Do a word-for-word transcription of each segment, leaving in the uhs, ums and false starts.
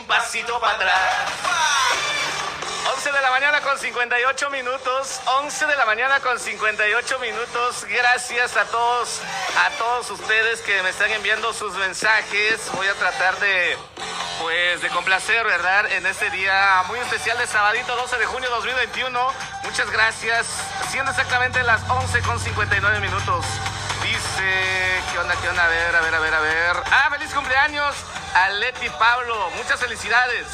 un pasito para atrás. once de la mañana con cincuenta y ocho minutos, once de la mañana con cincuenta y ocho minutos. Gracias a todos, a todos ustedes que me están enviando sus mensajes. Voy a tratar de, pues, de complacer, ¿verdad? En este día muy especial de sabadito doce de junio de dos mil veintiuno. Muchas gracias. Siendo exactamente las once con cincuenta y nueve minutos. Dice, ¿qué onda, qué onda? A ver, a ver, a ver, a ver. Ah, feliz cumpleaños a Leti Pablo. Muchas felicidades.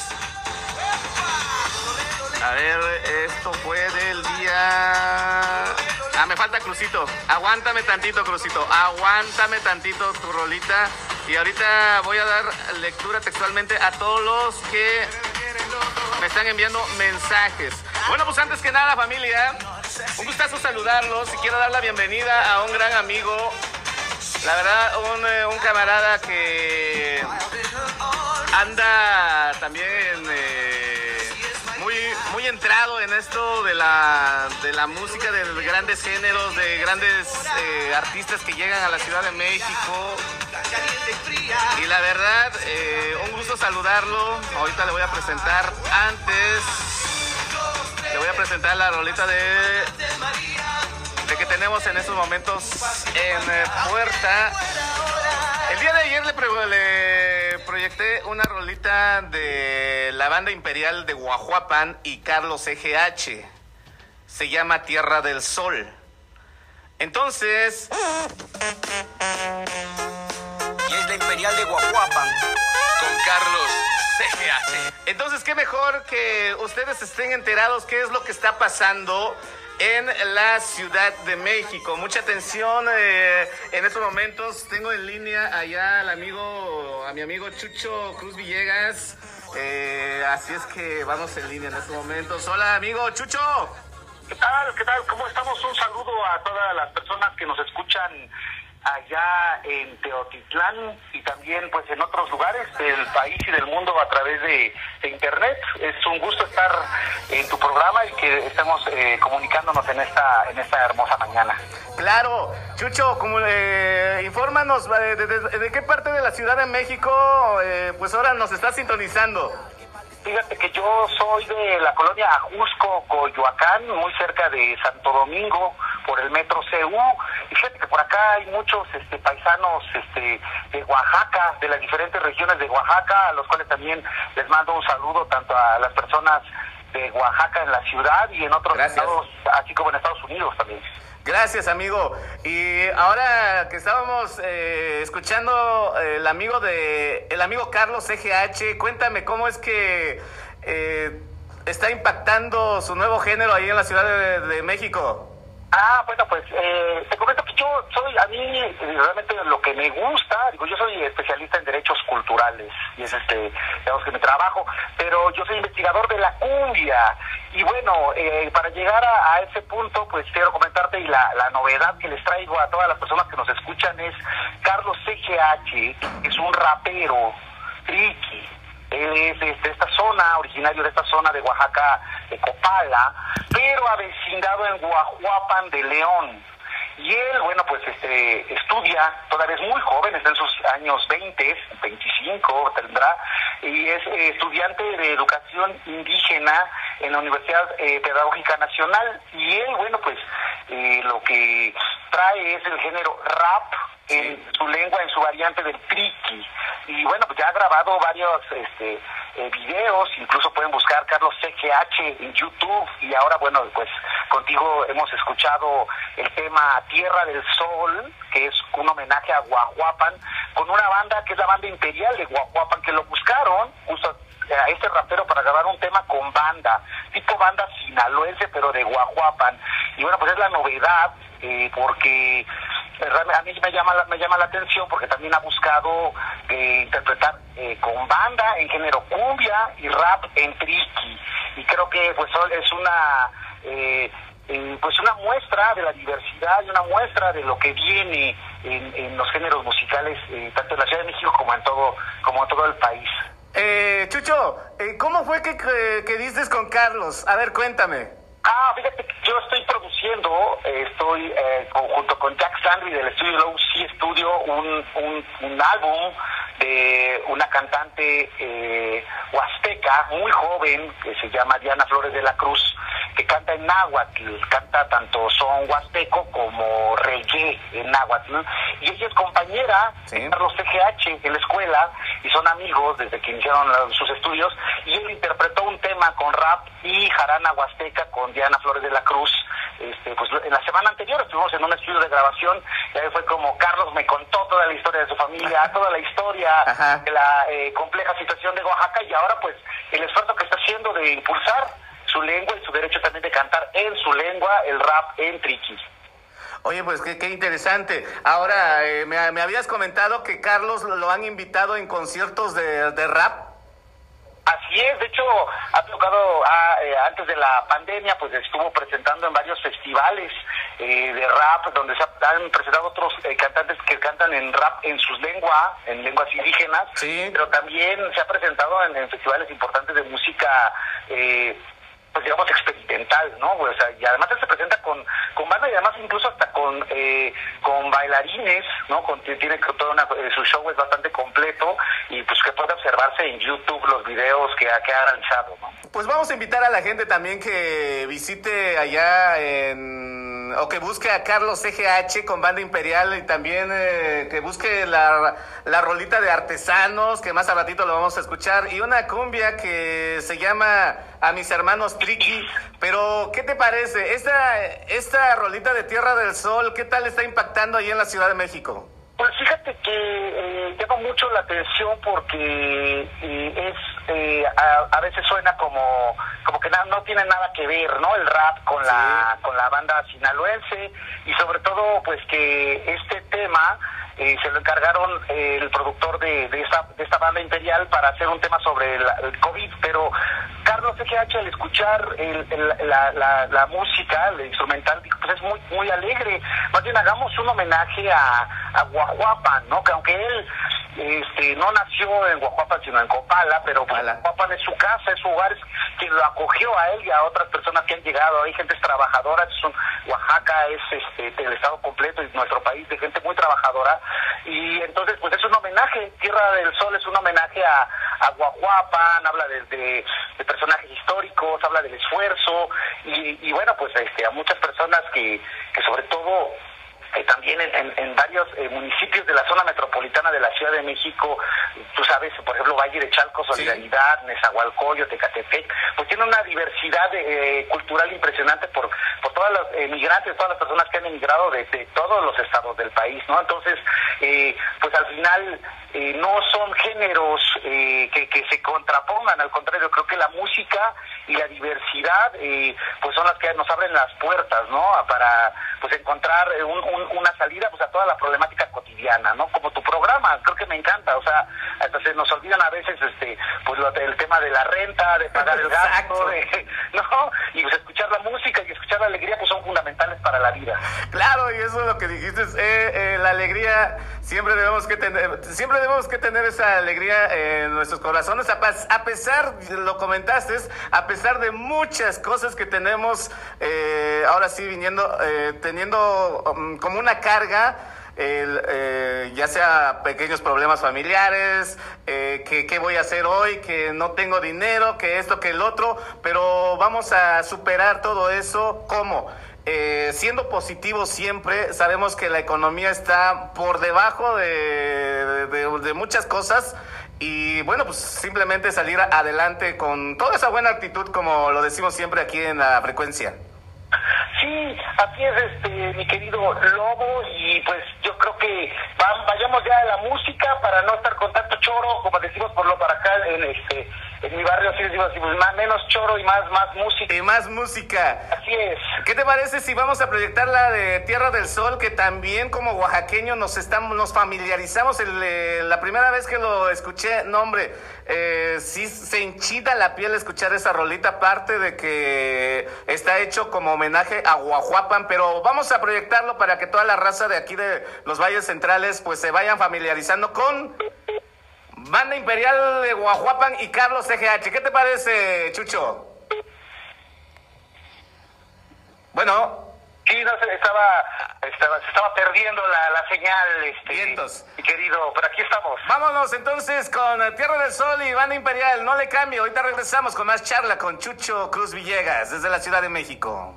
A ver, esto fue del día... Ah, me falta Crucito. Aguántame tantito, Crucito. Aguántame tantito tu rolita. Y ahorita voy a dar lectura textualmente a todos los que me están enviando mensajes. Bueno, pues antes que nada, familia, un gustazo saludarlos y quiero dar la bienvenida a un gran amigo. La verdad, un, un camarada que anda también... Eh, Muy, muy entrado en esto de la, de la música, de grandes géneros, de grandes eh, artistas que llegan a la Ciudad de México. Y la verdad, eh, un gusto saludarlo. Ahorita le voy a presentar, antes, le voy a presentar la rolita de, de que tenemos en estos momentos en eh, puerta. El día de ayer le, pre- le proyecté una rolita de la banda imperial de Guajuapan y Carlos C G H. Se llama Tierra del Sol. Entonces... Y es la imperial de Guajuapan con Carlos C G H. Entonces, qué mejor que ustedes estén enterados qué es lo que está pasando en la Ciudad de México. Mucha atención, eh, en estos momentos tengo en línea allá al amigo, a mi amigo Chucho Cruz Villegas, eh, así es que vamos en línea en estos momentos. Hola, amigo Chucho. ¿Qué tal? ¿Qué tal? ¿Cómo estamos? Un saludo a todas las personas que nos escuchan allá en Teotitlán y también pues en otros lugares del país y del mundo a través de, de internet. Es un gusto estar en tu programa y que estemos eh, comunicándonos en esta en esta hermosa mañana. Claro, Chucho, como, eh, infórmanos de, de, de, de qué parte de la Ciudad de México eh, pues ahora nos está sintonizando. Fíjate que yo soy de la colonia Ajusco, Coyoacán, muy cerca de Santo Domingo, por el metro C U. Y fíjate que por acá hay muchos este, paisanos este, de Oaxaca, de las diferentes regiones de Oaxaca, a los cuales también les mando un saludo tanto a las personas de Oaxaca en la ciudad y en otros Gracias. estados, así como en Estados Unidos también. Gracias, amigo. Y ahora que estábamos eh, escuchando eh, el amigo de el amigo Carlos C G H, cuéntame cómo es que eh, está impactando su nuevo género ahí en la Ciudad de, de México. Ah, bueno, pues eh, te comento que yo soy, a mí eh, realmente lo que me gusta, digo, yo soy especialista en derechos culturales y es este, digamos que mi trabajo, pero yo soy investigador de la cumbia y bueno, eh, para llegar a, a ese punto, pues quiero comentarte y la, la novedad que les traigo a todas las personas que nos escuchan es Carlos C G H, que es un rapero, triqui. Él es de esta zona, originario de esta zona de Oaxaca, de Copala, pero avecindado en Guajuapan de León. Y él, bueno, pues este estudia, todavía es muy joven, está en sus años veinte, veinticinco tendrá, y es eh, estudiante de educación indígena en la Universidad eh, Pedagógica Nacional. Y él, bueno, pues eh, lo que trae es el género rap, en su lengua, en su variante del triqui. Y bueno, pues ya ha grabado varios este eh, videos, incluso pueden buscar Carlos C G H en YouTube. Y ahora, bueno, pues contigo hemos escuchado el tema Tierra del Sol, que es un homenaje a Guajuapan, con una banda que es la banda imperial de Guajuapan, que lo buscaron justo a este rapero para grabar un tema con banda, tipo banda sinaloense, pero de Guajuapan. Y bueno, pues es la novedad, eh, porque a mí me llama la, me llama la atención porque también ha buscado eh, interpretar eh, con banda en género cumbia y rap en triqui, y creo que pues es una eh, eh, pues una muestra de la diversidad y una muestra de lo que viene en, en los géneros musicales eh, tanto en la Ciudad de México como en todo como en todo el país. Eh, Chucho, eh, ¿cómo fue que, que, que dices con Carlos? A ver, cuéntame. Ah, fíjate que yo estoy produciendo, eh, estoy eh, con, junto con Jack Sandry del estudio Low C Studio, un, un, un álbum de una cantante eh, chica muy joven que se llama Diana Flores de la Cruz, que canta en náhuatl, canta tanto son huasteco como reggae en náhuatl, ¿no? Y ella es compañera sí. de Carlos C G H en la escuela y son amigos desde que iniciaron la, sus estudios, y él interpretó un tema con rap y jarana huasteca con Diana Flores de la Cruz. Este, pues en la semana anterior estuvimos en un estudio de grabación y ahí fue como Carlos me contó toda la historia de su familia, toda la historia Ajá. de la eh, compleja situación de Oaxaca, y ahora pues el esfuerzo que está haciendo de impulsar su lengua y su derecho también de cantar en su lengua el rap en triqui. Oye, pues qué, qué interesante. Ahora, eh, me, me habías comentado que Carlos lo han invitado en conciertos de, de rap. Así es, de hecho, ha tocado ah, eh, antes de la pandemia, pues estuvo presentando en varios festivales eh, de rap, donde se han presentado otros eh, cantantes que cantan en rap en sus lenguas, en lenguas indígenas, sí. pero también se ha presentado en, en festivales importantes de música eh, pues digamos experimental, ¿no? O sea, y además él se presenta con, con banda y además incluso hasta con eh, con bailarines, ¿no? Con, tiene toda una, eh, su show es bastante completo y pues que puede observarse en YouTube los videos que ha, que ha realizado, ¿no? Pues vamos a invitar a la gente también que visite allá en, o que busque a Carlos C G H con Banda Imperial, y también eh, que busque la, la rolita de Artesanos, que más a ratito lo vamos a escuchar, y una cumbia que se llama A Mis Hermanos Triqui. Pero, ¿qué te parece? Esta, esta rolita de Tierra del Sol, ¿qué tal está impactando ahí en la Ciudad de México? Pues fíjate que eh, llama mucho la atención porque eh, es eh, a, a veces suena como como que na, no tiene nada que ver, ¿no? El rap con sí. la con la banda sinaloense, y sobre todo pues que este tema eh, se lo encargaron eh, el productor de, de esta de esta banda Imperial para hacer un tema sobre la, el COVID, pero Carlos C G H al escuchar el, el, la, la, la música, el instrumental, pues es muy muy alegre. Más bien hagamos un homenaje a, a Guajuapan, ¿no? Que aunque él este no nació en Guajuapan sino en Copala, pero pues, Guajuapan es su casa, es su hogar, es quien lo acogió a él y a otras personas que han llegado. Hay gentes trabajadoras, son, Oaxaca es este el estado completo y nuestro país de gente muy trabajadora, y entonces pues es un homenaje. Tierra del Sol es un homenaje a, a Guajuapan, habla de, de, de personajes históricos, habla del esfuerzo y, y bueno pues este a muchas personas que, que sobre todo Eh, también en, en, en varios eh, municipios de la zona metropolitana de la Ciudad de México, tú sabes, por ejemplo, Valle de Chalco, Solidaridad, sí. Nezahualcóyotl, Tecatepec, pues tiene una diversidad eh, cultural impresionante por por todos los emigrantes, todas las personas que han emigrado de, de todos los estados del país, ¿no? Entonces, eh, pues al final eh, no son géneros eh, que, que se contrapongan, al contrario, creo que la música y la diversidad eh, pues son las que nos abren las puertas, ¿no? Para pues encontrar un, un una salida pues a toda la problemática cotidiana, ¿no? Como tu programa, creo que me encanta, o sea, hasta se nos olvidan a veces este pues lo, el tema de la renta, de pagar el gasto, de, ¿no? Y pues escuchar la música y escuchar la alegría pues son fundamentales para la vida. Claro, y eso es lo que dijiste, eh, eh, la alegría siempre debemos que tener, siempre debemos que tener esa alegría en nuestros corazones, a, a pesar, lo comentaste, a pesar de muchas cosas que tenemos, eh, ahora sí viniendo, eh, teniendo um, como una carga, el, eh, ya sea pequeños problemas familiares, eh, que qué voy a hacer hoy, que no tengo dinero, que esto, que el otro, pero vamos a superar todo eso. ¿Cómo? Eh, siendo positivos siempre. Sabemos que la economía está por debajo de, de, de muchas cosas, y bueno, pues simplemente salir adelante con toda esa buena actitud, como lo decimos siempre aquí en la frecuencia. Sí, así es, este, mi querido Lobo, y pues yo creo que va, vayamos ya a la música para no estar con tanto choro, como decimos por lo para acá en este en mi barrio, así decimos, así, pues, más, menos choro y más más música. Y más música. Así es. ¿Qué te parece si vamos a proyectar la de Tierra del Sol, que también como oaxaqueño nos estamos nos familiarizamos? El, eh, la primera vez que lo escuché, no hombre, eh, sí se hinchida la piel escuchar esa rolita, aparte de que está hecho como homenaje a Guajuapan, pero vamos a proyectarlo para que toda la raza de aquí de los Valles Centrales pues se vayan familiarizando con Banda Imperial de Guajuapan y Carlos C G H. ¿Qué te parece, Chucho? Bueno. Sí, no sé, estaba, estaba, se estaba perdiendo la, la señal, este, Vientos. mi querido, pero aquí estamos. Vámonos entonces con Tierra del Sol y Banda Imperial. No le cambio, ahorita regresamos con más charla con Chucho Cruz Villegas desde la Ciudad de México.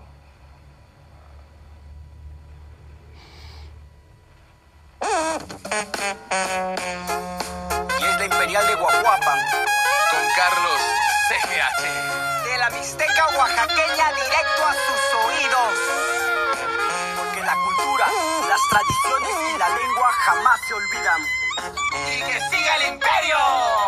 Y es la Imperial de Guajuapan con Carlos C G H. De la Mixteca oaxaqueña directo a sus oídos. Porque la cultura, las tradiciones y la lengua jamás se olvidan. ¡Y que siga el imperio!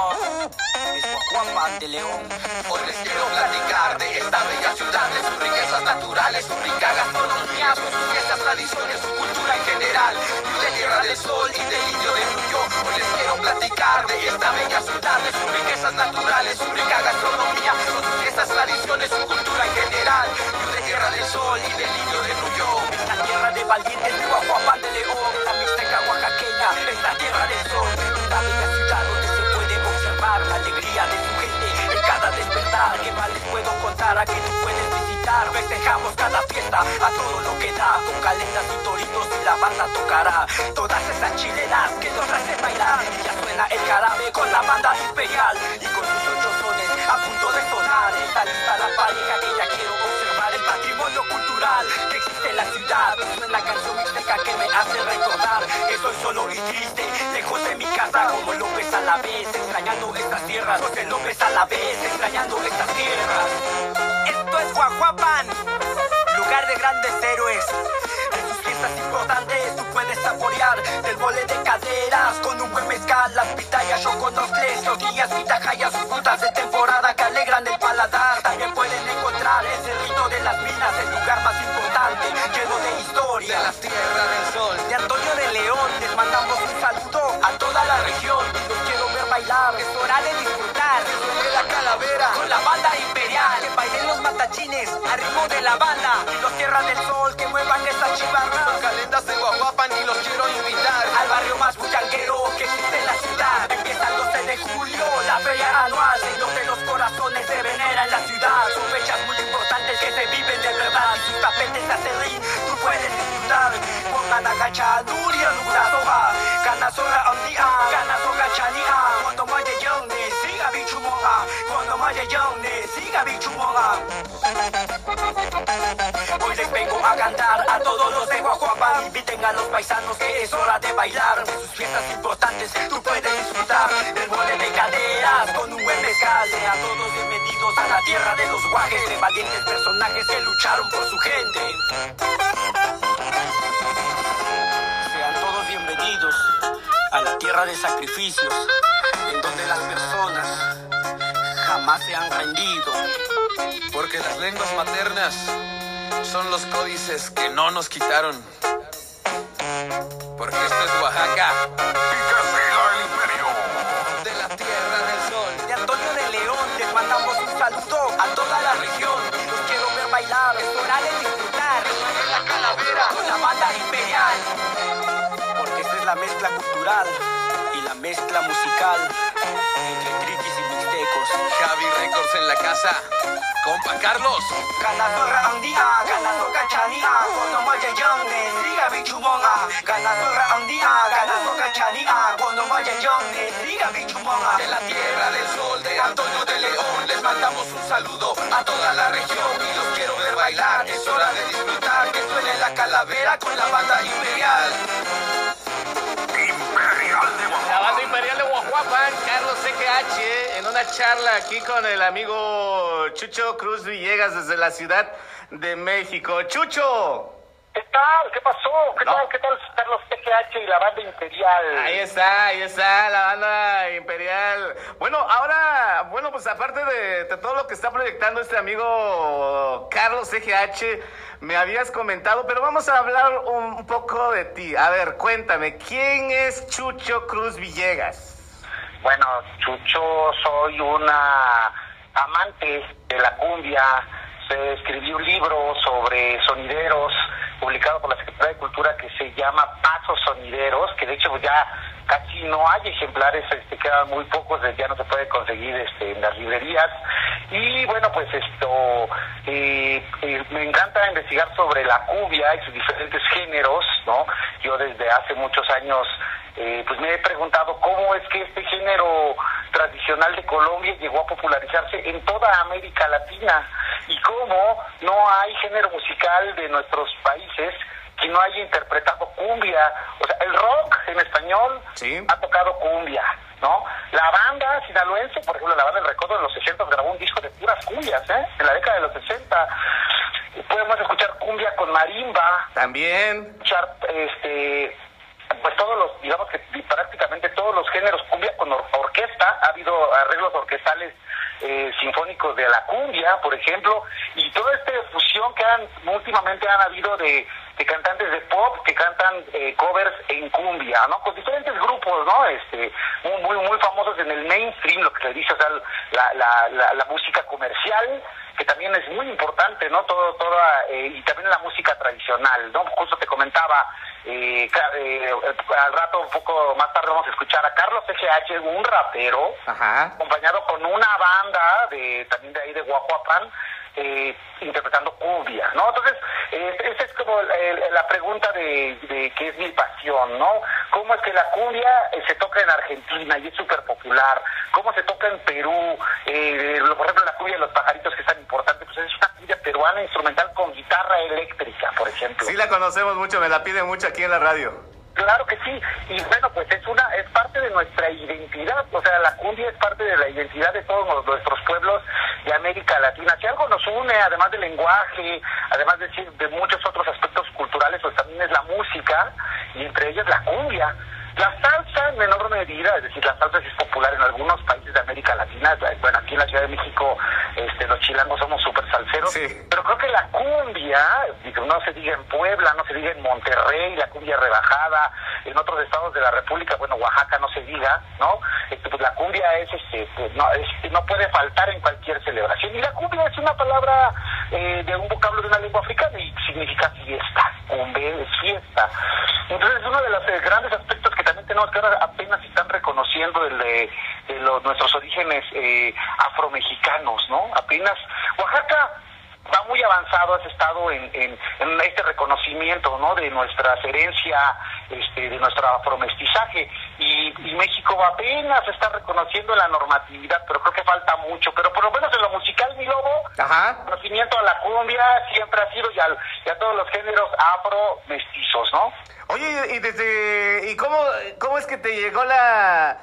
Es Guajuapan de León. Hoy les quiero platicar de esta bella ciudad, de sus riquezas naturales, su rica gastronomía, sus fiestas, tradiciones, su cultura en general. Y de Tierra del Sol y del indio de Nuyo. Hoy les quiero platicar de esta bella ciudad, de sus riquezas naturales, su rica gastronomía, sus fiestas, tradiciones, su cultura en general. Y de Tierra del Sol y del indio de Nuyo. Es la tierra de valientes de Guajuapan de León, la Mixteca oaxaqueña, es la Tierra del Sol, una bella ciudad donde se puede observar la alegría de su gente en cada despertar. ¿Qué más les puedo contar? A que tú puedes visitar. Festejamos cada fiesta a todo lo que da, con caletas y toritos y la banda tocará todas esas chilenas que nos hacen bailar. Y ya suena el jarabe con la banda imperial y con sus ocho sones a punto de sonar. Está lista la pareja que ya quiero observar, el patrimonio cultural que existe en la ciudad. Suena la canción mixteca que me hace recordar que soy solo y triste, lejos de mi casa como López a la vez, extrañando estas tierras. José López a la vez, extrañando estas tierras. Esto es Guajuapan, lugar de grandes héroes. En sus fiestas importantes tú puedes saborear del mole de caderas con un buen mezcal, las pitayas, choconostles, tortillas, pitajayas, sus frutas de temporada que alegran el paladar. También pueden encontrar el Cerrito de las Minas, el lugar más importante, lleno de historia. De la Tierra del Sol, de Antonio de León, les mandamos un saludo a toda la región. Los quiero ver bailar, es hora de disfrutar. De la calavera con la banda imperial, que bailen los matachines al ritmo de la banda. Y los Tierra del Sol que muevan esta chivarra. Los calendas de Guajuapan y los quiero invitar al barrio más bullanguero que existe en la ciudad. Empieza el doce de julio, la feria anual, Señor de los corazones se venera en la ciudad. Son fechas muy importantes que se viven de verdad. Y sus tapetes hacen ring, tú puedes disfrutar. Pongan a gacha, Nuria, Lura, Soba, Gana Sora, Andia, Gana Soga, Chania. Cuando vaya Yonne, siga Bichumonga. Cuando vaya Yonne, siga Bichumonga. Hoy les vengo a cantar a todos los de Guajuapan. Inviten a los paisanos que es hora de bailar. De sus fiestas importantes tú puedes disfrutar del mole de caderas con un buen mezcal. Sean todos bienvenidos a la tierra de los guajes, de valientes personajes que lucharon por su gente. Sean todos bienvenidos a la tierra de sacrificios, en donde las personas jamás se han rendido. Porque las lenguas maternas son los códices que no nos quitaron. Porque esto es Oaxaca. Y que siga el imperio. De la Tierra del Sol, de Antonio de León, les mandamos un saludo a toda la región. Los quiero ver bailar, es hora de disfrutar. En la calavera con la banda imperial. Porque esta es la mezcla cultural y la mezcla musical entre triquis y mixtecos. Javi Records en la casa. Compa Carlos. Ganadora Andía, ganadora Chanía, cuando vaya Yonne, siga Bichumonga. Ganadora Andía, ganadora Chanía, cuando vaya Yonne, siga Bichumonga. De la Tierra del Sol, de Antonio de León, les mandamos un saludo a toda la región y los quiero ver bailar. Es hora de disfrutar, que suene la calavera con la banda imperial. Imperial de Guajuapan. La Banda Imperial de Guajuapan, Carlos C G H, en una charla aquí con el amigo Chucho Cruz Villegas desde la Ciudad de México. ¡Chucho! ¿Qué tal? ¿Qué pasó? ¿Qué No. tal? ¿Qué tal Carlos C G H y la banda imperial? Ahí está, ahí está, la Banda Imperial. Bueno, ahora, bueno, pues aparte de, de todo lo que está proyectando este amigo Carlos C G H, me habías comentado, pero vamos a hablar un, un poco de ti. A ver, cuéntame, ¿quién es Chucho Cruz Villegas? Bueno, Chucho, soy una amante de la cumbia. Se escribí un libro sobre sonideros publicado por la Secretaría de Cultura que se llama Pasos Sonideros, que de hecho ya casi no hay ejemplares, este, quedan muy pocos, ya no se puede conseguir este, en las librerías. Y bueno, pues esto, eh, eh, me encanta investigar sobre la cumbia y sus diferentes géneros, ¿no? Yo desde hace muchos años eh, pues me he preguntado cómo es que este género tradicional de Colombia llegó a popularizarse en toda América Latina y cómo no hay género musical de nuestros países que no haya interpretado cumbia. O sea, el rock en español sí ha tocado cumbia, ¿no? La banda sinaloense, por ejemplo, la banda del Recodo de los sesenta grabó un disco de puras cumbias, ¿eh? En la década de los sesenta. Podemos escuchar cumbia con marimba. También. Escuchar, este... pues todos los, digamos que prácticamente todos los géneros, cumbia con or orquesta, ha habido arreglos orquestales eh, sinfónicos de la cumbia, por ejemplo, y toda esta fusión que han últimamente han habido de, de cantantes de pop que cantan eh, covers en cumbia, ¿no? Con diferentes grupos, ¿no? Este, muy, muy, muy famosos en el mainstream, lo que se dice, o sea, la, la, la, la música comercial, que también es muy importante, ¿no? Todo, toda, eh, y también la música tradicional, ¿no? Justo te comentaba, eh, eh, al rato, un poco más tarde, vamos a escuchar a Carlos C G H, un rapero, ajá, acompañado con una banda de también de ahí de Guajuapan, eh, interpretando cumbia, ¿no? Entonces, eh, esa es como el, la pregunta de, de qué es mi pasión, ¿no? ¿Cómo es que la cumbia eh, se toca en Argentina y es súper popular? ¿Cómo se toca en Perú? Eh, por ejemplo, la cumbia de los pajaritos, que es tan importante, pues es una cumbia peruana instrumental con guitarra eléctrica, por ejemplo. Sí, la conocemos mucho, me la piden mucho aquí en la radio. Claro que sí, y bueno, pues es una es parte de nuestra identidad, o sea, la cumbia es parte de la identidad de todos los, nuestros pueblos de América Latina. Si algo nos une, además del lenguaje, además de, de muchos otros aspectos culturales, pues también es la música, y entre ellas la cumbia. La salsa en menor medida, es decir, la salsa sí es popular en algunos países de América Latina. Bueno, aquí en la Ciudad de México este, los chilangos somos súper salseros, sí, pero creo que la cumbia, no se diga en Puebla, no se diga en Monterrey, la cumbia rebajada, en otros estados de la República, bueno, Oaxaca no se diga, ¿no? Este, pues la cumbia es, este, pues, no, es, no puede faltar en cualquier celebración. Y la cumbia es una palabra eh, de un vocablo de una lengua africana y significa fiesta, cumbe es fiesta. Entonces, uno de los eh, grandes aspectos que también tenemos que ahora apenas están reconociendo el de, de los, nuestros orígenes eh, afromexicanos, ¿no? Apenas Oaxaca va muy avanzado ese estado en, en, en este reconocimiento, ¿no? De nuestra herencia, este, de nuestro afromestizaje, y, y México apenas está reconociendo la normatividad, pero creo que falta mucho. Pero por lo menos en lo musical, mi lobo, ajá, reconocimiento a la cumbia siempre ha sido, y, al, y a todos los géneros afro-mestizos, ¿no? Oye, y desde, ¿y cómo, cómo es que te llegó la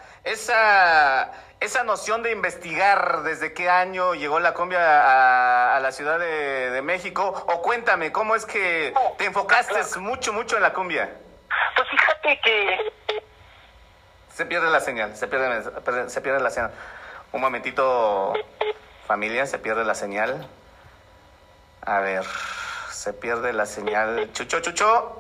esa esa noción de investigar? ¿Desde qué año llegó la cumbia a, a la Ciudad de, de México? O cuéntame, ¿cómo es que te enfocaste claro. mucho, mucho en la cumbia? Pues fíjate que se pierde la señal, se pierde, se pierde la señal. Un momentito, familia, se pierde la señal. A ver, se pierde la señal. Chucho, Chucho.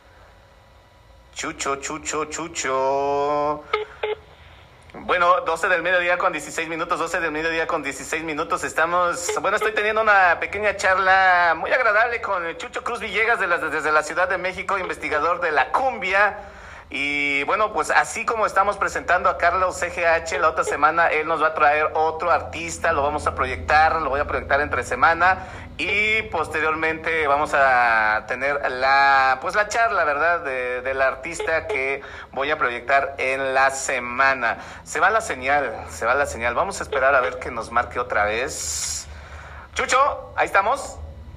Chucho, Chucho, Chucho. Bueno, doce del mediodía con dieciséis minutos, doce del mediodía con dieciséis minutos. Estamos, bueno, estoy teniendo una pequeña charla muy agradable con Chucho Cruz Villegas de la, desde la Ciudad de México, investigador de la cumbia. Y bueno, pues así como estamos presentando a Carlos C G H, la otra semana él nos va a traer otro artista, lo vamos a proyectar, lo voy a proyectar entre semana, y posteriormente vamos a tener la pues la charla, ¿verdad?, de, del artista que voy a proyectar en la semana. Se va la señal, se va la señal, vamos a esperar a ver que nos marque otra vez. Chucho, ahí estamos.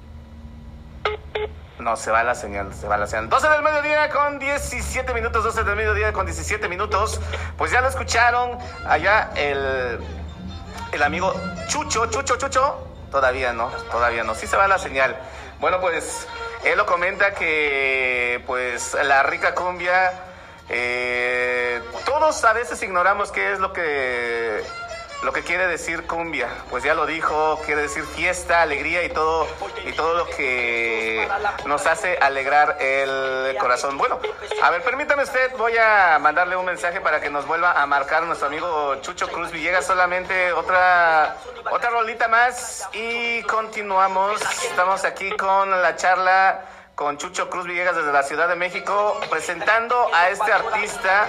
No, se va la señal, se va la señal. doce del mediodía con diecisiete minutos, doce del mediodía con diecisiete minutos. Pues ya lo escucharon allá el, el amigo Chucho, Chucho, Chucho. Todavía no, todavía no, sí se va la señal. Bueno, pues él lo comenta que pues la rica cumbia, eh, todos a veces ignoramos qué es lo que... lo que quiere decir cumbia. Pues ya lo dijo, quiere decir fiesta, alegría y todo y todo lo que nos hace alegrar el corazón. Bueno, a ver, permítame usted, voy a mandarle un mensaje para que nos vuelva a marcar nuestro amigo Chucho Cruz Villegas. Solamente otra otra rolita más y continuamos. Estamos aquí con la charla con Chucho Cruz Villegas desde la Ciudad de México, presentando a este artista,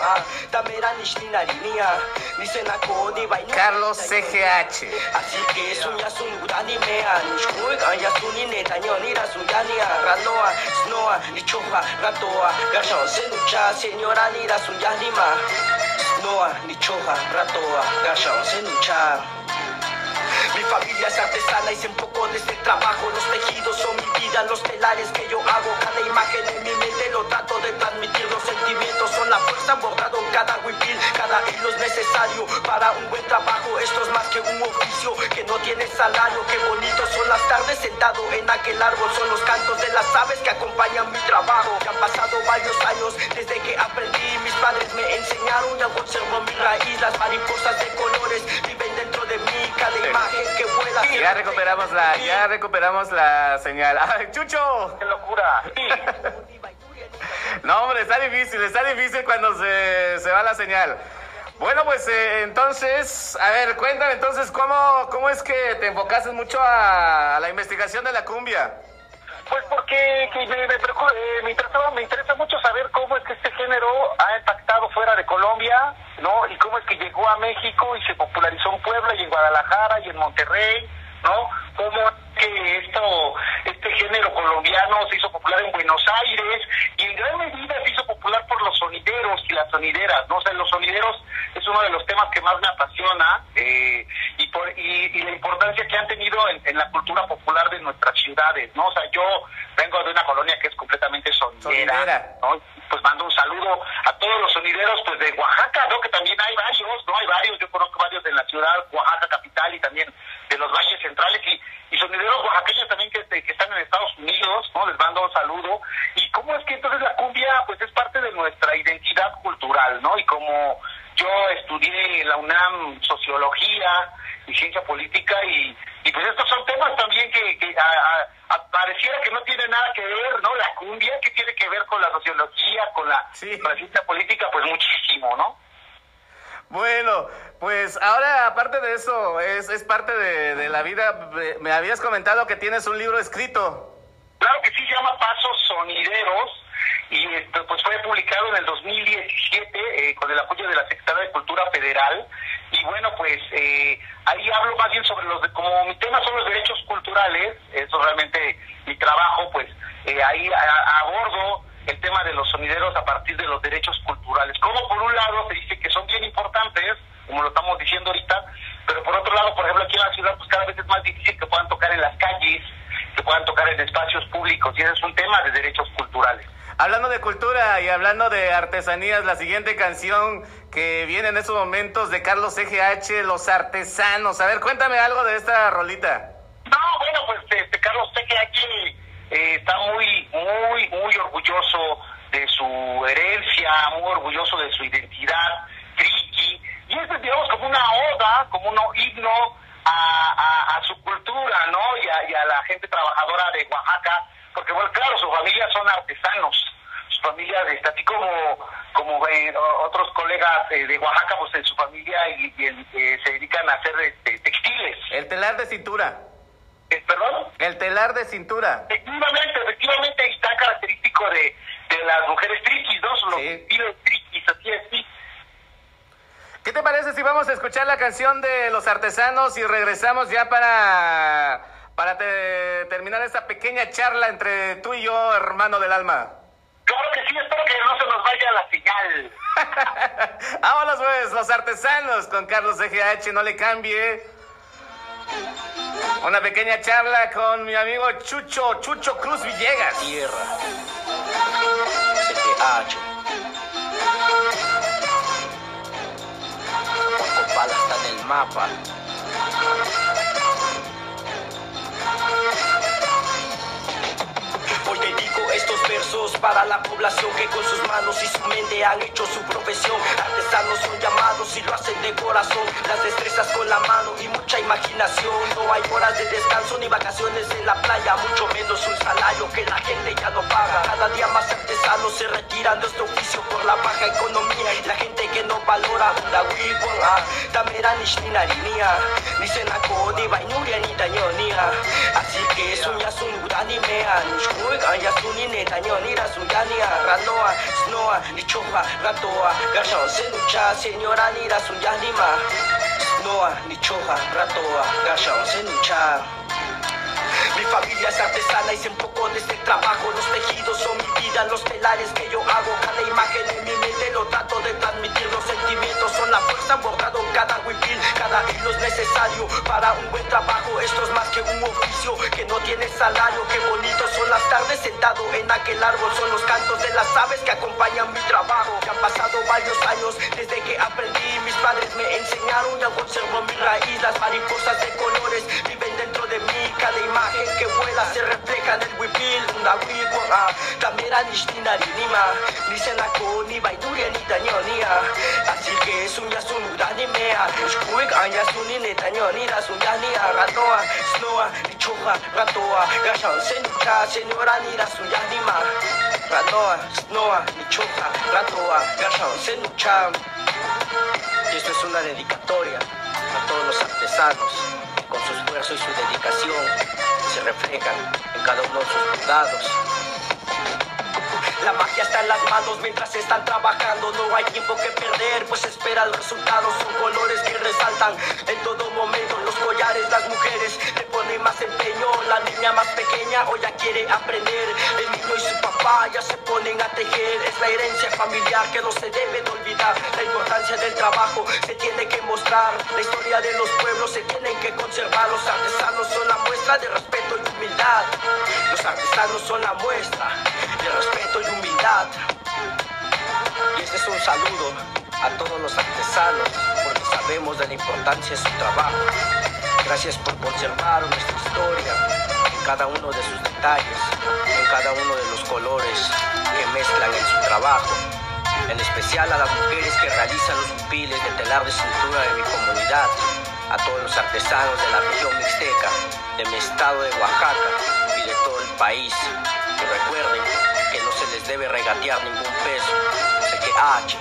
Carlos C G H. Mi familia es artesana y sé un poco de este trabajo. Los tejidos son mi vida, los telares que yo hago. Cada imagen en mi mente lo trato de transmitir. Los sentimientos son la fuerza bordado en cada huipil. Cada hilo es necesario para un buen trabajo. Esto es más que un oficio que no tiene salario. Qué bonitos son las tardes sentado en aquel árbol. Son los cantos de las aves que acompañan mi trabajo. Ya han pasado varios años desde que aprendí. Mis padres me enseñaron y aún conservo mi raíz. Las mariposas de colores viven dentro de mí. Cada imagen que vuela. Ya recuperamos la, ya recuperamos la señal. ¡Ay, Chucho! ¡Qué locura! Sí. No, hombre, está difícil, está difícil cuando se, se va la señal. Bueno, pues eh, entonces, a ver, cuéntame entonces, ¿cómo, cómo es que te enfocaste mucho a, a la investigación de la cumbia? Pues porque que me, me, preocupa, eh, me, interesa, me interesa mucho saber cómo es que este género ha impactado fuera de Colombia, ¿no? Y cómo es que llegó a México y se popularizó en Puebla y en Guadalajara y en Monterrey, ¿no? Cómo es que esto, este género colombiano se hizo popular en Buenos Aires y en gran medida se hizo popular por los sonideros y las sonideras, ¿no? O sea, los sonideros es uno de los temas que más me apasiona eh, y, por, y, y la importancia que han tenido en, en la cultura popular de nuestras ciudades, ¿no? O sea, yo vengo de una colonia que es completamente sonidera, Sonidera. ¿no? Pues mando un saludo a todos los sonideros pues de Oaxaca, ¿no? Que también hay varios, ¿no? Hay varios, yo conozco varios de la ciudad, Oaxaca capital y también de los valles centrales y, y sonideros oaxaqueños también que, que están en Estados Unidos, ¿no? Les mando un saludo. Y cómo es que entonces la cumbia pues es parte de nuestra identidad cultural, ¿no? Y como yo estudié en la UNAM Sociología y Ciencia Política y, y pues estos son temas también que, que a, a, a pareciera que no tiene nada que ver, ¿no? La cumbia, que tiene que ver con la sociología, con la, Sí. con la ciencia política, pues muchísimo, ¿no? Bueno, pues ahora aparte de eso, es, es parte de, de la vida. Me habías comentado que tienes un libro escrito. Claro que sí, se llama Pasos Sonideros y esto, pues fue publicado en el dos mil diecisiete eh, con el apoyo de la Secretaría de Cultura Federal y bueno, pues eh, ahí hablo más bien sobre los, de, como mi tema son los derechos culturales, eso realmente mi trabajo, pues eh, ahí a, a abordo el tema de los sonideros a partir de los derechos culturales. Como por un lado se dice que son bien importantes, como lo estamos diciendo ahorita, pero por otro lado, por ejemplo, aquí en la ciudad, pues cada vez es más difícil que puedan tocar en las calles, que puedan tocar en espacios públicos, y ese es un tema de derechos culturales. Hablando de cultura y hablando de artesanías, la siguiente canción que viene en estos momentos de Carlos C G H, Los Artesanos. A ver, cuéntame algo de esta rolita. No, bueno, pues este Carlos C G H eh, está muy, muy, muy orgulloso de su herencia, muy orgulloso de su identidad triqui, y es, digamos, como una oda, como un himno a, a, a su cultura, ¿no? Y a, y a la gente trabajadora de Oaxaca, porque, bueno, claro, su familia son artesanos, su familia, este, así como, como eh, otros colegas eh, de Oaxaca, pues en su familia y, y eh, se dedican a hacer este, textiles. El telar de cintura. Eh, ¿Perdón? El telar de cintura. Efectivamente, efectivamente, y tan característico de, de las mujeres triquis, ¿no? Son los Sí. estilos triquis, así es, sí. ¿Qué te parece si vamos a escuchar la canción de Los Artesanos y regresamos ya para, para te, terminar esta pequeña charla entre tú y yo, hermano del alma? Claro que sí, espero que no se nos vaya la señal. Vámonos pues, Los Artesanos con Carlos C G H, no le cambie. Una pequeña charla con mi amigo Chucho, Chucho Cruz Villegas. Tierra. C G H. Juan Copala está en el mapa. Hoy dedico estos versos para la población que con sus manos y su mente han hecho su profesión. Artesanos son llamados y lo hacen de corazón. Las destrezas con la mano y mucha imaginación. No hay horas de descanso ni vacaciones en la playa, mucho menos un salario que la gente ya no paga. Cada día más artesanos se retiran de este oficio por la baja economía y la gente que no valora la wibonga. Tamera nishninarinía, ni senako ni bainuria ni dañonía. Así que es un yasunguda animea Nishkuik Anyasuni Netañonira Suyania Ranoa Snoa Nichoja Ratoa Gashan Senucha Señora Nira Suyanima Snoa Nichoja Ratoa Gashan Senucha. Mi familia es artesana y sé un poco de este trabajo. Los tejidos son mi vida, los telares que yo hago. Cada imagen en mi mente lo trato de transmitir. Los sentimientos son la fuerza bordado en cada huipil. Cada hilo es necesario para un buen trabajo. Esto es más que un oficio que no tiene salario. Qué bonitos son las tardes sentado en aquel árbol. Son los cantos de las aves que acompañan mi trabajo. Ya han pasado varios años desde que aprendí. Mis padres me enseñaron y aún conservo mi raíz. Las mariposas de colores viven dentro de mí. Cada imagen que vuela se refleja en el huipil. Una huipora, tamera nishtina rinima. Ni senako, ni baiduria, ni tañonía. Así que es un yasun uranimea. Shkuik, anyasuni, ni tañonira, suyanía. Ratoa, snoa, ni choja, ratoa. Gashan, senucha, señora, nira, suyanima. Ratoa, snoa, ni choja, ratoa. Gashan, senucha. Y esto es una dedicatoria a todos los artesanos que con su esfuerzo y su dedicación se reflejan en cada uno de sus bordados. La magia está en las manos mientras están trabajando. No hay tiempo que perder, pues espera los resultados. Son colores que resaltan en todo momento. Los collares, las mujeres le ponen más empeño. La niña más pequeña hoy ya quiere aprender. El niño y su papá ya se ponen a tejer. Es la herencia familiar que no se debe de olvidar. La importancia del trabajo se tiene que mostrar. La historia de los pueblos se tienen que conservar. Los artesanos son la muestra de respeto y humildad. Los artesanos son la muestra de respeto y humildad. Y este es un saludo a todos los artesanos, porque sabemos de la importancia de su trabajo. Gracias por conservar nuestra historia en cada uno de sus detalles, en cada uno de los colores que mezclan en su trabajo. En especial a las mujeres que realizan los huipiles de telar de cintura de mi comunidad, a todos los artesanos de la región mixteca, de mi estado de Oaxaca y de todo el país, que recuerden que no se les debe regatear ningún peso. Sé que H.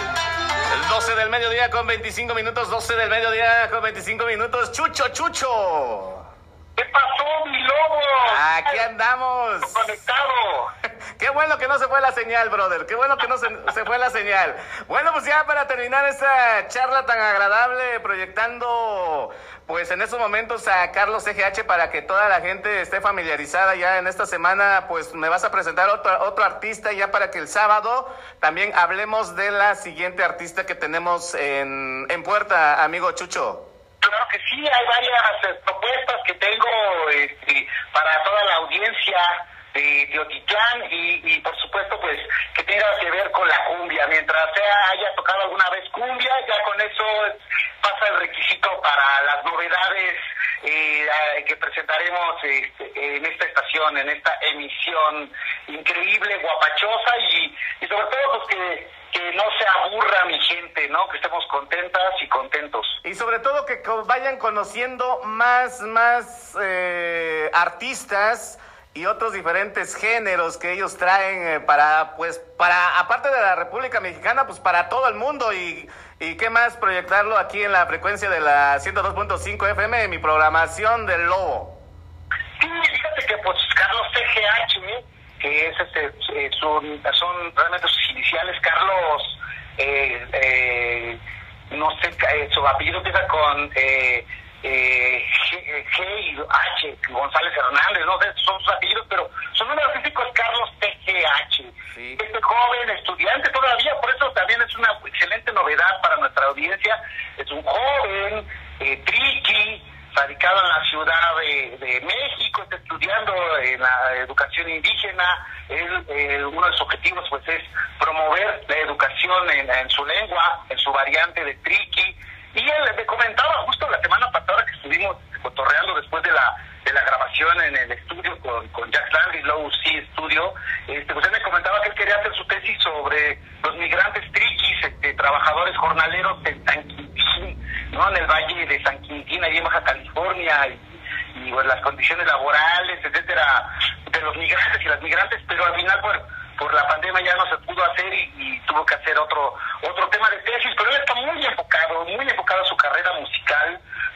El doce del mediodía con veinticinco minutos, doce del mediodía con veinticinco minutos. Chucho, Chucho. ¿Qué pasó, mi lobo? Aquí andamos. Conectado. Qué bueno que no se fue la señal, brother. Qué bueno que no se, se fue la señal. Bueno, pues ya para terminar esta charla tan agradable, proyectando pues en estos momentos a Carlos C G H para que toda la gente esté familiarizada ya en esta semana, pues me vas a presentar otro, otro artista ya para que el sábado también hablemos de la siguiente artista que tenemos en, en puerta, amigo Chucho. Claro que sí, hay varias eh, propuestas que tengo este, para toda la audiencia de Teotitlán y, y por supuesto pues que tenga que ver con la cumbia. Mientras sea haya tocado alguna vez cumbia, ya con eso pasa el requisito para las novedades eh, que presentaremos este, en esta estación, en esta emisión increíble, guapachosa y, y sobre todo pues que que no se aburra mi gente, ¿no? Que estemos contentas y contentos. Y sobre todo que vayan conociendo más, más eh, artistas y otros diferentes géneros que ellos traen eh, para, pues, para, aparte de la República Mexicana, pues para todo el mundo y, y qué más proyectarlo aquí en la frecuencia de la ciento dos punto cinco F M, mi programación del Lobo. Sí, fíjate que pues Carlos C G H, que es este, eh, son, son realmente sus iniciales, Carlos, eh, eh, no sé, eh, su apellido empieza con eh, eh, G, G y H, González Hernández, no sé, son sus apellidos, pero su nombre artístico es Carlos T G H. Sí. Este joven estudiante todavía, por eso también es una excelente novedad para nuestra audiencia, es un joven, eh, triqui, radicado en la Ciudad de, de México, está estudiando en la educación indígena. Él, eh, uno de sus objetivos pues es promover la educación en, en su lengua, en su variante de triqui. Y él me comentaba justo la semana pasada que estuvimos cotorreando después de la de la grabación en el estudio con, con Jack Landry, Low Sea Studio, este, pues él me comentaba que él quería hacer su tesis sobre los migrantes triquis, este, trabajadores jornaleros en San Quintín, ¿no? En el Valle de San Quintín, ahí en Baja California, y, y pues, las condiciones laborales, etcétera, de los migrantes y las migrantes, pero al final por, por la pandemia ya no se pudo hacer y, y tuvo que hacer otro otro tema de tesis, pero él está muy enfocado, muy enfocado a su carrera musical,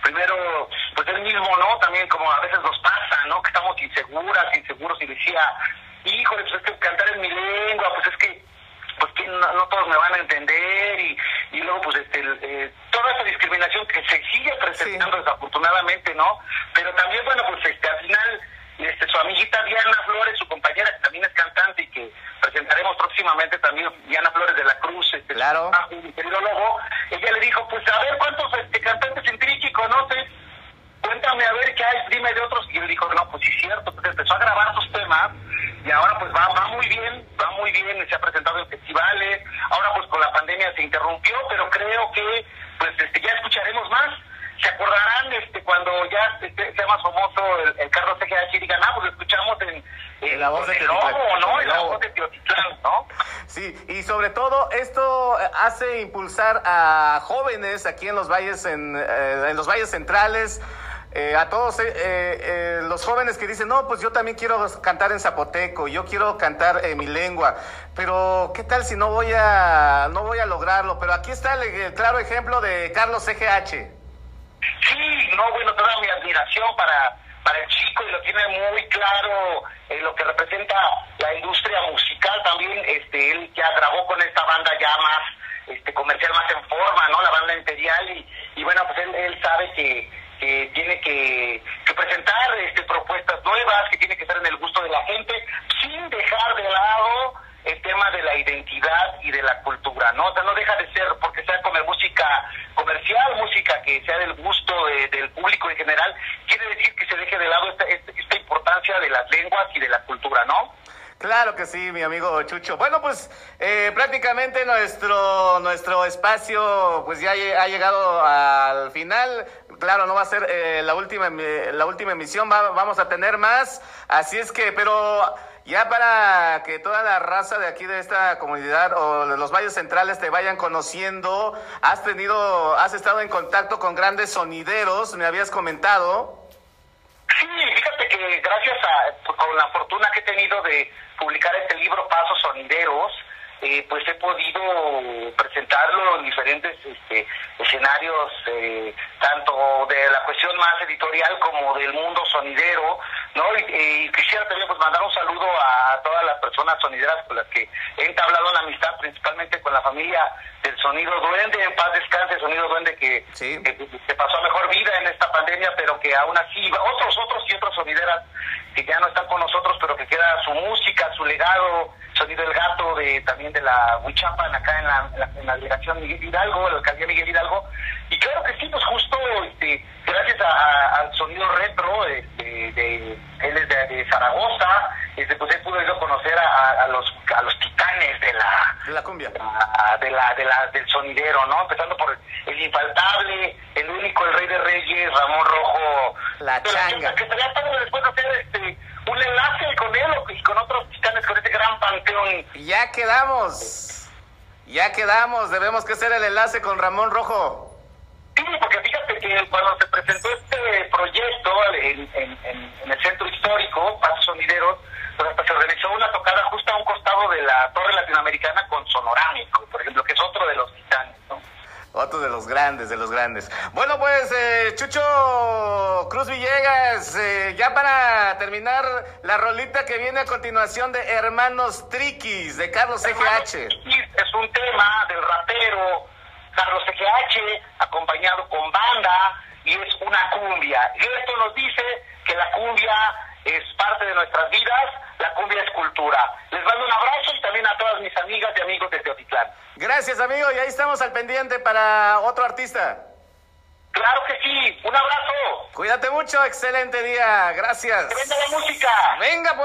primero, pues él mismo, ¿no? También como a veces nos pasa, ¿no? Que estamos inseguras, inseguros, y decía, híjole, pues es que cantar en mi lengua, pues es que, pues que no, no todos me van a entender, y, y luego, pues, este, eh, toda esa discriminación que se sigue presentando, sí, desafortunadamente, ¿no? Pero también, bueno, pues, este, al final, este, su amiguita Diana Flores, su compañera, que también es cantante y que presentaremos próximamente también, Diana Flores de la Cruz, este, claro, su, mi querido Lobo, ella le dijo, pues, a ver, ¿cuántos este, cantantes en Triqui conoces? Cuéntame, a ver, ¿qué hay? Dime de otros. Y él dijo, no, pues sí, cierto. Pues empezó a grabar sus temas y ahora pues va, va muy bien, va muy bien, se ha presentado en festivales. Ahora pues con la pandemia se interrumpió, pero creo que pues este ya escucharemos más. Se acordarán este cuando ya este, sea más famoso el, el Carlos C G H y digan, ah, pues lo escuchamos en, en la voz de el Lobo, ¿no? En la voz de Teotitlán, ¿no? Sí, y sobre todo esto hace impulsar a jóvenes aquí en los valles, en, eh, en los valles centrales. Eh, a todos eh, eh, los jóvenes que dicen, no, pues yo también quiero cantar en zapoteco, yo quiero cantar en mi lengua, pero ¿qué tal si no voy a no voy a lograrlo? Pero aquí está el, el claro ejemplo de Carlos C G H. Sí, no, bueno, toda mi admiración para, para el chico, y lo tiene muy claro eh, lo que representa la industria musical también. Este, él ya grabó con esta banda ya más este, comercial, más en forma, ¿no? La banda Imperial, y, y bueno, pues él, él sabe que que tiene que, que presentar este, propuestas nuevas, que tiene que estar en el gusto de la gente, sin dejar de lado el tema de la identidad y de la cultura, ¿no? O sea, no deja de ser, porque sea como música comercial, música que sea del gusto de, del público en general, quiere decir que se deje de lado esta, esta, esta importancia de las lenguas y de la cultura, ¿no? Claro que sí, mi amigo Chucho. Bueno, pues eh, prácticamente nuestro nuestro espacio pues ya ha llegado al final. Claro, no va a ser eh, la última la última emisión, va, vamos a tener más. Así es que, pero ya para que toda la raza de aquí de esta comunidad o de los valles centrales te vayan conociendo, has tenido, has estado en contacto con grandes sonideros, me habías comentado. Sí, fíjate que gracias a con la fortuna que he tenido de publicar este libro Pasos Sonideros, eh, pues he podido presentarlo en diferentes este, escenarios, eh, tanto de la cuestión más editorial como del mundo sonidero, ¿no? Y, y quisiera también pues mandar un saludo a todas las personas sonideras con las que he entablado una amistad, principalmente con la familia del Sonido Duende, en paz descanse, Sonido Duende, que, sí, que, que pasó a mejor vida en esta pandemia, pero que aún así, otros, otros y otras sonideras que ya no están con nosotros, pero que queda su música, su legado, Sonido El Gato, de también de la Huichapan, acá en la, en la, en la delegación Miguel Hidalgo, la alcaldía Miguel Hidalgo, y claro que sí, pues justo este, gracias a, a, al Sonido Retro, este, de, él es de, de Zaragoza, este, pues he podido conocer a, a, los, a los titanes de la, de la cumbia, a, de la, de la, del sonidero, ¿no? Empezando por el infaltable, el único, el rey de reyes, Ramón Rojo, la changa, que estaría padre después de hacer este un enlace con él y con otros titanes, con este gran panteón. Ya quedamos, ya quedamos, debemos que hacer el enlace con Ramón Rojo. Sí, porque fíjate que cuando se presentó este proyecto en, en, en, en el centro histórico, Pasos Sonideros, pues hasta se organizó una tocada justo a un costado de la Torre Latinoamericana con Sonorámico, por ejemplo, que es otro de los titanes, ¿no? Otro de los grandes, de los grandes. Bueno, pues, eh, Chucho Cruz Villegas, eh, ya para terminar la rolita que viene a continuación de Hermanos Triquis, de Carlos C G H. Es un tema del rapero Carlos C G H, acompañado con banda, y es una cumbia. Y esto nos dice que la cumbia es parte de nuestras vidas, la cumbia es cultura. Les mando un abrazo y también a todas mis amigas y amigos de Teotitlán. Gracias, amigo, y ahí estamos al pendiente para otro artista. Claro que sí, un abrazo. Cuídate mucho, excelente día, gracias. ¡Que venga la música! ¡Venga,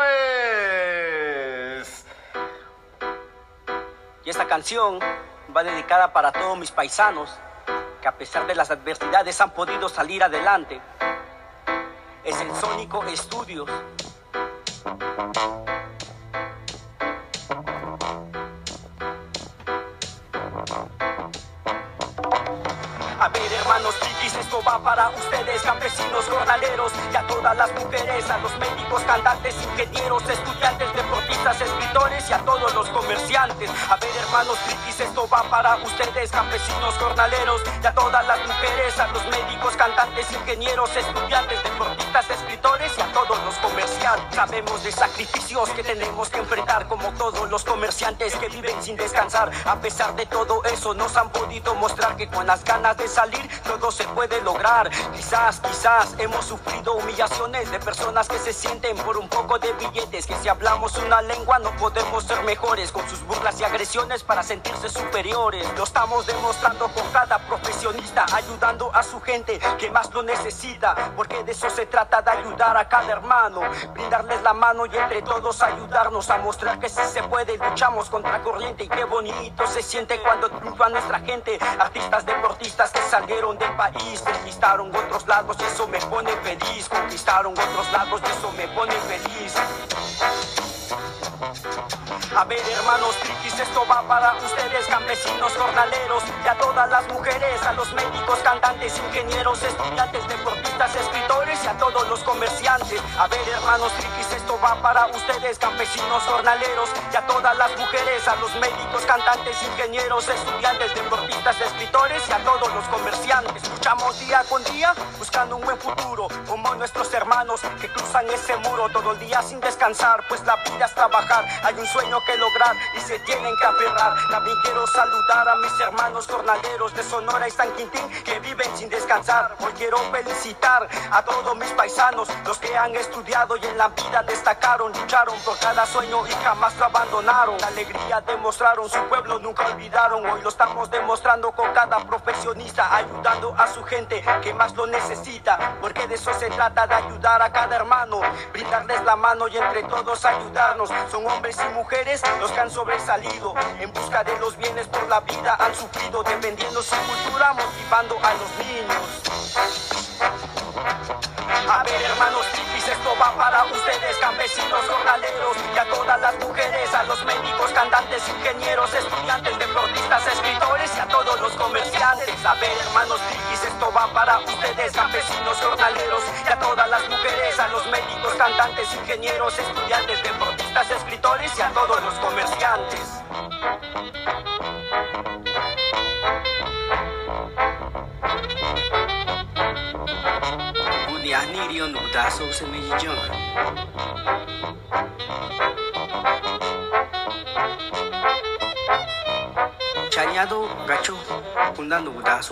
pues! Y esta canción va dedicada para todos mis paisanos que a pesar de las adversidades han podido salir adelante. Es el Sónico Estudios. A ver, hermanos chiquis, esto va para ustedes, campesinos, jornaleros y a todos todas las mujeres, a los médicos, cantantes, ingenieros, estudiantes, deportistas, escritores y a todos los comerciantes. A ver, hermanos frikis, esto va para ustedes, campesinos, jornaleros y a todas las mujeres, a los médicos, cantantes, ingenieros, estudiantes, deportistas, escritores y a todos los comerciantes. Sabemos de sacrificios que tenemos que enfrentar, como todos los comerciantes que viven sin descansar. A pesar de todo eso, nos han podido mostrar que con las ganas de salir todo se puede lograr. Quizás, quizás hemos sufrido humillaciones de personas que se sienten por un poco de billetes, que si hablamos una lengua no podemos ser mejores, con sus burlas y agresiones para sentirse superiores. Lo estamos demostrando con cada profesionista, ayudando a su gente que más lo necesita, porque de eso se trata, de ayudar a cada hermano, brindarles la mano y entre todos ayudarnos a mostrar que sí se puede. Luchamos contra corriente y qué bonito se siente cuando triunfa nuestra gente. Artistas, deportistas que salieron del país, conquistaron otros lados y eso me pone feliz. Conquistaron otros lados y eso me pone feliz. A ver, hermanos frikis, esto va para ustedes, campesinos, jornaleros y a todas las mujeres, a los médicos, cantantes, ingenieros, estudiantes, deportistas, escritores y a todos los comerciantes. A ver, hermanos frikis, esto va para ustedes, campesinos, jornaleros y a todas las mujeres, a los médicos, cantantes, ingenieros, estudiantes, deportistas, escritores y a todos los comerciantes. Luchamos día con día buscando un buen futuro, como nuestros hermanos que cruzan ese muro todo el día sin descansar, pues la vida es trabajar. Hay un sueño que lograr y se tienen que aferrar. También quiero saludar a mis hermanos jornaleros de Sonora y San Quintín que viven sin descansar. Hoy quiero felicitar a todos mis paisanos, los que han estudiado y en la vida destacaron, lucharon por cada sueño y jamás lo abandonaron. La alegría demostraron, su pueblo nunca olvidaron. Hoy lo estamos demostrando con cada profesionista, ayudando a su gente que más lo necesita, porque de eso se trata, de ayudar a cada hermano, brindarles la mano y entre todos ayudarnos. Son hombres y mujeres los que han sobresalido en busca de los bienes por la vida, han sufrido defendiendo su cultura, motivando a los niños. A ver, hermanos frikis, esto va para ustedes, campesinos, jornaleros y a todas las mujeres, a los médicos, cantantes, ingenieros, estudiantes, deportistas, escritores y a todos los comerciantes. A ver, hermanos frikis, esto va para ustedes, campesinos, jornaleros y a todas las mujeres, a los médicos, cantantes, ingenieros, estudiantes, deportistas, escritores y a todos los comerciantes. Uniahnirio Nudaso Semillón. Chañado Gacho Fundando Nudaso.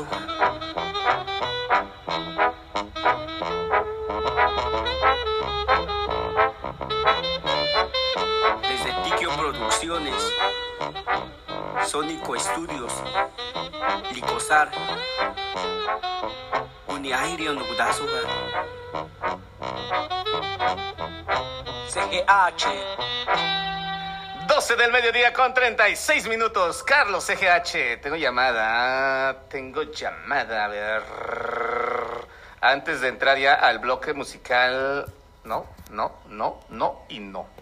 Desde Tikio Producciones, Sónico Estudios, Licosar, Uniahnirio Nudaso. C G H. doce del mediodía con treinta y seis minutos. Carlos C G H. Tengo llamada. Tengo llamada. A ver. Antes de entrar ya al bloque musical. No, no, no, no y no.